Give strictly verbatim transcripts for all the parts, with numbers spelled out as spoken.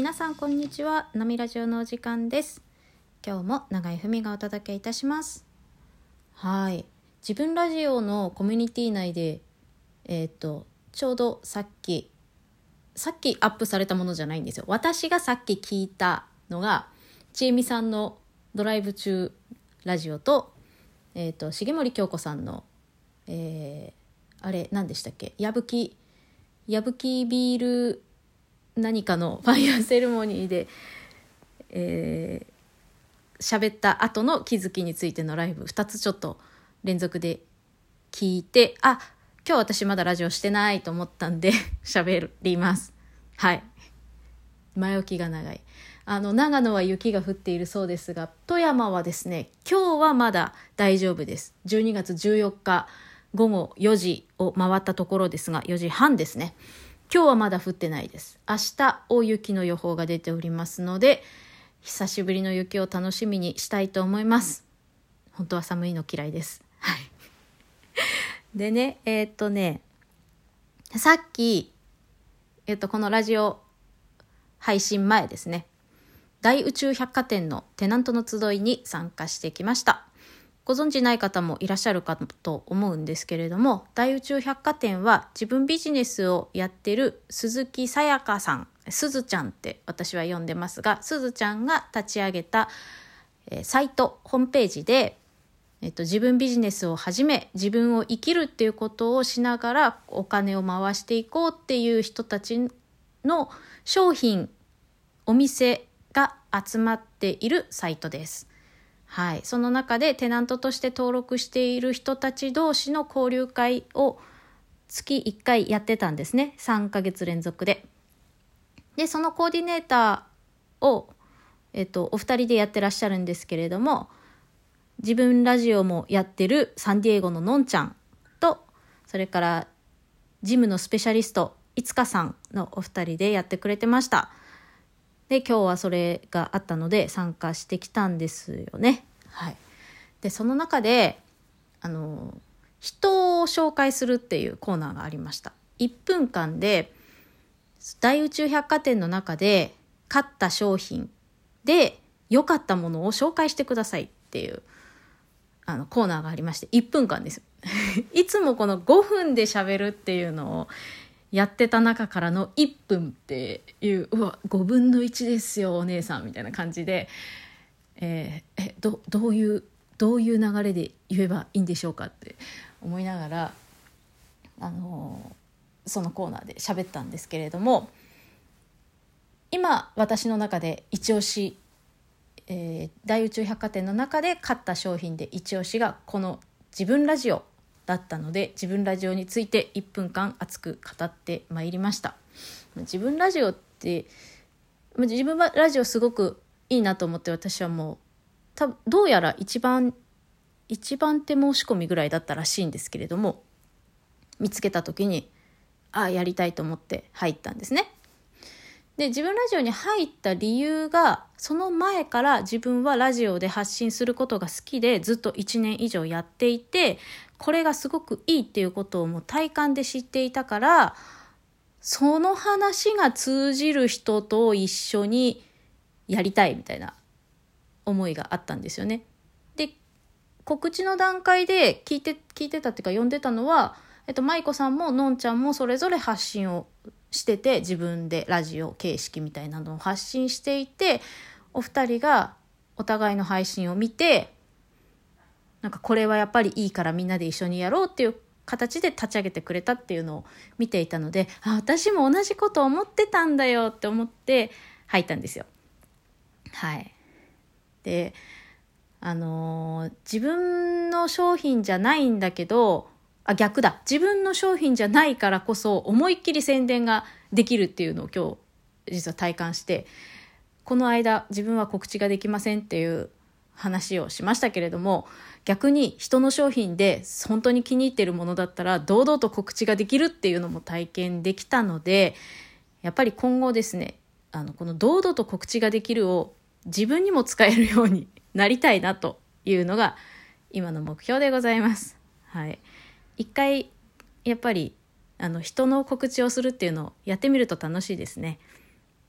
皆さんこんにちは。なみラジオのお時間です。今日も永井文がお届けいたします。はい、自分ラジオのコミュニティ内でえー、っとちょうどさっきさっきアップされたものじゃないんですよ。私がさっき聞いたのがちえみさんのドライブ中ラジオと、えー、っと重森京子さんの、えー、あれ何でしたっけ、矢吹矢吹ビール何かのファイヤーセレモニーでえー、喋った後の気づきについてのライブふたつちょっと連続で聞いて、あ、今日私まだラジオしてないと思ったんで喋ります。はい、前置きが長い。あの長野は雪が降っているそうですが、富山はですね、今日はまだ大丈夫です。じゅうにがつじゅうよっかごごよじを回ったところですが、よじはんですね。今日はまだ降ってないです。明日大雪の予報が出ておりますので、久しぶりの雪を楽しみにしたいと思います。本当は寒いの嫌いです。はい。でね、えー、っとね、さっき、えー、っとこのラジオ配信前ですね、大宇宙百貨店のテナントの集いに参加してきました。ご存知ない方もいらっしゃるかと思うんですけれども、大宇宙百貨店は自分ビジネスをやってる鈴木さやかさん、すずちゃんって私は呼んでますが、すずちゃんが立ち上げた、えー、サイトホームページで、えっと、自分ビジネスを始め自分を生きるっていうことをしながらお金を回していこうっていう人たちの商品お店が集まっているサイトです。はい、その中でテナントとして登録している人たち同士の交流会を月いっかいやってたんですね。さんかげつ連続で。でそのコーディネーターを、えっと、お二人でやってらっしゃるんですけれども、自分ラジオもやってるサンディエゴののんちゃんと、それからジムのスペシャリストいつかさんのお二人でやってくれてました。で今日はそれがあったので参加してきたんですよね。はい、でその中であの人を紹介するっていうコーナーがありました。いっぷんかんで大宇宙百貨店の中で買った商品で良かったものを紹介してくださいっていうあのコーナーがありまして、いっぷんかんですいつもこのごふんで喋るっていうのをやってた中からのいっぷんっていう、うわごぶんのいちですよお姉さんみたいな感じで、えー、え ど, どういうどういう流れで言えばいいんでしょうかって思いながら、あのー、そのコーナーで喋ったんですけれども、今私の中で一押し、えー、大宇宙百貨店の中で買った商品で一押しがこの自分ラジオだったので、自分ラジオについていっぷんかん熱く語ってまいりました。自分ラジオって自分ラジオすごくいいなと思って、私はもう多分どうやら一番一番手申し込みぐらいだったらしいんですけれども、見つけた時にああやりたいと思って入ったんですね。で自分ラジオに入った理由が、その前から自分はラジオで発信することが好きでずっといちねん以上やっていて、これがすごくいいっていうことをもう体感で知っていたから、その話が通じる人と一緒にやりたいみたいな思いがあったんですよね。で告知の段階で聞いて聞いてたっていうか読んでたのは、えっと、舞子さんものんちゃんもそれぞれ発信をしてて、自分でラジオ形式みたいなのを発信していて、お二人がお互いの配信を見て、なんかこれはやっぱりいいからみんなで一緒にやろうっていう形で立ち上げてくれたっていうのを見ていたので、あ、私も同じこと思ってたんだよって思って入ったんですよ。はい。であのー、自分の商品じゃないんだけど、あ逆だ自分の商品じゃないからこそ思いっきり宣伝ができるっていうのを今日実は体感して、この間自分は告知ができませんっていう話をしましたけれども、逆に人の商品で本当に気に入っているものだったら堂々と告知ができるっていうのも体験できたので、やっぱり今後ですね、あのこの堂々と告知ができるを自分にも使えるようになりたいなというのが今の目標でございます。はい、一回やっぱりあの人の告知をするっていうのをやってみると楽しいですね。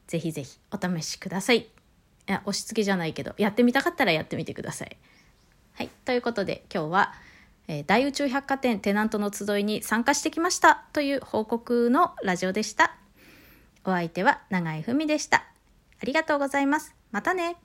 ぜひぜひお試しください。いや、押し付けじゃないけど、やってみたかったらやってみてください。はい、ということで今日は、えー、大宇宙百貨店テナントの集いに参加してきましたという報告のラジオでした。お相手は永井文でした。ありがとうございます。またね。